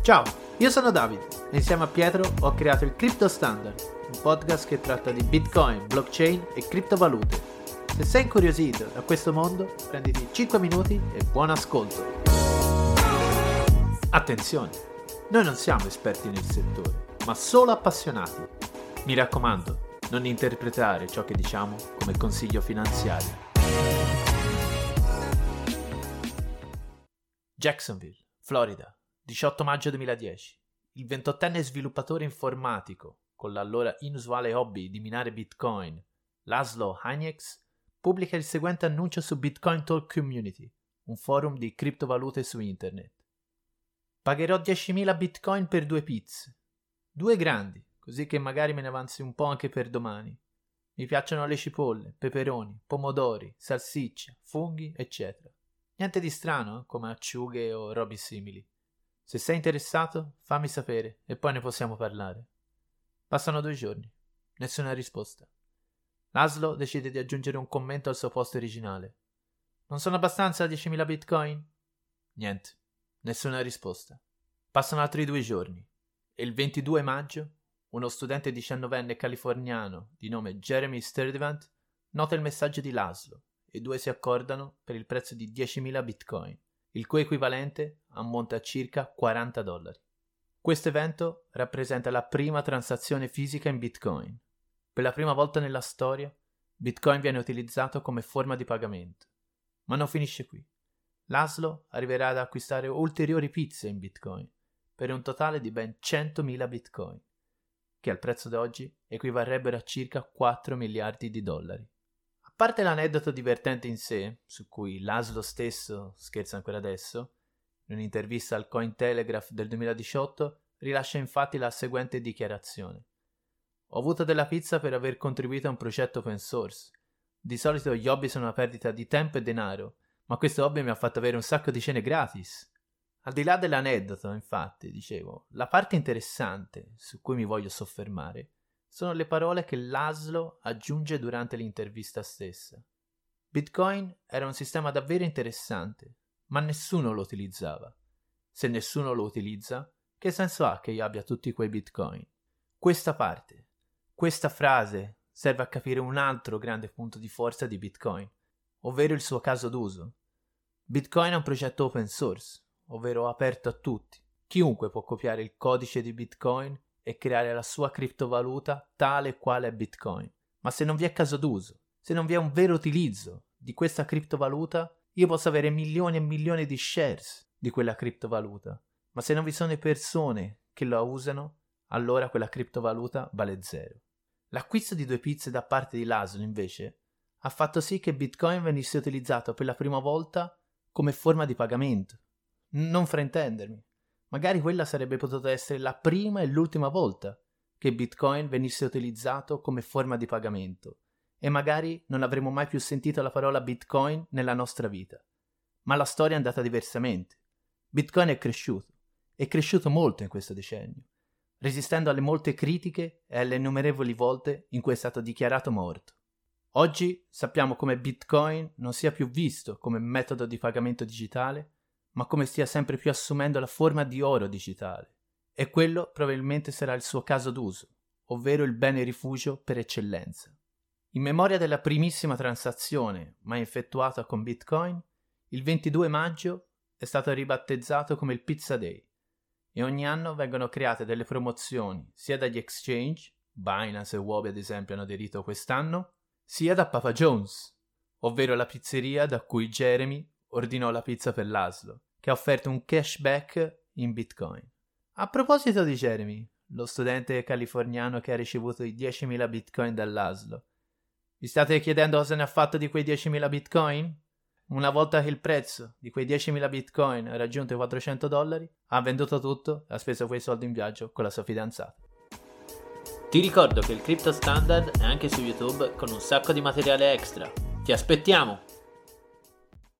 Ciao, io sono Davide e insieme a Pietro ho creato il Crypto Standard, un podcast che tratta di Bitcoin, blockchain e criptovalute. Se sei incuriosito da questo mondo, prenditi 5 minuti e buon ascolto. Attenzione, noi non siamo esperti nel settore, ma solo appassionati. Mi raccomando, non interpretare ciò che diciamo come consiglio finanziario. Jacksonville, Florida. 18 maggio 2010. Il 28enne sviluppatore informatico, con l'allora inusuale hobby di minare Bitcoin, Laszlo Hanyecz, pubblica il seguente annuncio su Bitcoin Talk Community, un forum di criptovalute su internet. Pagherò 10.000 Bitcoin per 2 pizze. 2 grandi, così che magari me ne avanzi un po' anche per domani. Mi piacciono le cipolle, peperoni, pomodori, salsiccia, funghi, eccetera. Niente di strano, come acciughe o robe simili. Se sei interessato, fammi sapere e poi ne possiamo parlare. Passano 2 giorni. Nessuna risposta. Laszlo decide di aggiungere un commento al suo post originale. Non sono abbastanza 10.000 Bitcoin? Niente. Nessuna risposta. Passano altri 2 giorni. E il 22 maggio, uno studente 19enne californiano di nome Jeremy Sturdivant nota il messaggio di Laszlo e i due si accordano per il prezzo di 10.000 Bitcoin, il cui equivalente ammonta a circa $40. Questo evento rappresenta la prima transazione fisica in Bitcoin. Per la prima volta nella storia, Bitcoin viene utilizzato come forma di pagamento. Ma non finisce qui. Laszlo arriverà ad acquistare ulteriori pizze in Bitcoin, per un totale di ben 100.000 Bitcoin, che al prezzo d'oggi equivarrebbero a circa $4 miliardi. A parte l'aneddoto divertente in sé, su cui Laszlo stesso scherza ancora adesso, in un'intervista al Cointelegraph del 2018 rilascia infatti la seguente dichiarazione. Ho avuto della pizza per aver contribuito a un progetto open source. Di solito gli hobby sono una perdita di tempo e denaro, ma questo hobby mi ha fatto avere un sacco di cene gratis. Al di là dell'aneddoto, infatti, dicevo, la parte interessante su cui mi voglio soffermare sono le parole che Laszlo aggiunge durante l'intervista stessa. Bitcoin era un sistema davvero interessante, ma nessuno lo utilizzava. Se nessuno lo utilizza, che senso ha che io abbia tutti quei Bitcoin? Questa parte, questa frase serve a capire un altro grande punto di forza di Bitcoin, ovvero il suo caso d'uso. Bitcoin è un progetto open source, ovvero aperto a tutti. Chiunque può copiare il codice di Bitcoin e creare la sua criptovaluta tale e quale è Bitcoin. Ma se non vi è caso d'uso, se non vi è un vero utilizzo di questa criptovaluta, io posso avere milioni e milioni di shares di quella criptovaluta, ma se non vi sono persone che la usano, allora quella criptovaluta vale 0. L'acquisto di 2 pizze da parte di Laszlo, invece, ha fatto sì che Bitcoin venisse utilizzato per la prima volta come forma di pagamento. Non fraintendermi. Magari quella sarebbe potuta essere la prima e l'ultima volta che Bitcoin venisse utilizzato come forma di pagamento e magari non avremo mai più sentito la parola Bitcoin nella nostra vita. Ma la storia è andata diversamente. Bitcoin è cresciuto molto in questo decennio, resistendo alle molte critiche e alle innumerevoli volte in cui è stato dichiarato morto. Oggi sappiamo come Bitcoin non sia più visto come metodo di pagamento digitale, ma come stia sempre più assumendo la forma di oro digitale. E quello probabilmente sarà il suo caso d'uso, ovvero il bene rifugio per eccellenza. In memoria della primissima transazione mai effettuata con Bitcoin, il 22 maggio è stato ribattezzato come il Pizza Day e ogni anno vengono create delle promozioni sia dagli exchange, Binance e Huobi ad esempio hanno aderito quest'anno, sia da Papa John's, ovvero la pizzeria da cui Jeremy ordinò la pizza per Laszlo, che ha offerto un cashback in Bitcoin. A proposito di Jeremy, lo studente californiano che ha ricevuto i 10.000 Bitcoin da Laszlo, vi state chiedendo cosa ne ha fatto di quei 10.000 Bitcoin? Una volta che il prezzo di quei 10.000 Bitcoin ha raggiunto i $400, ha venduto tutto e ha speso quei soldi in viaggio con la sua fidanzata. Ti ricordo che il Crypto Standard è anche su YouTube con un sacco di materiale extra. Ti aspettiamo!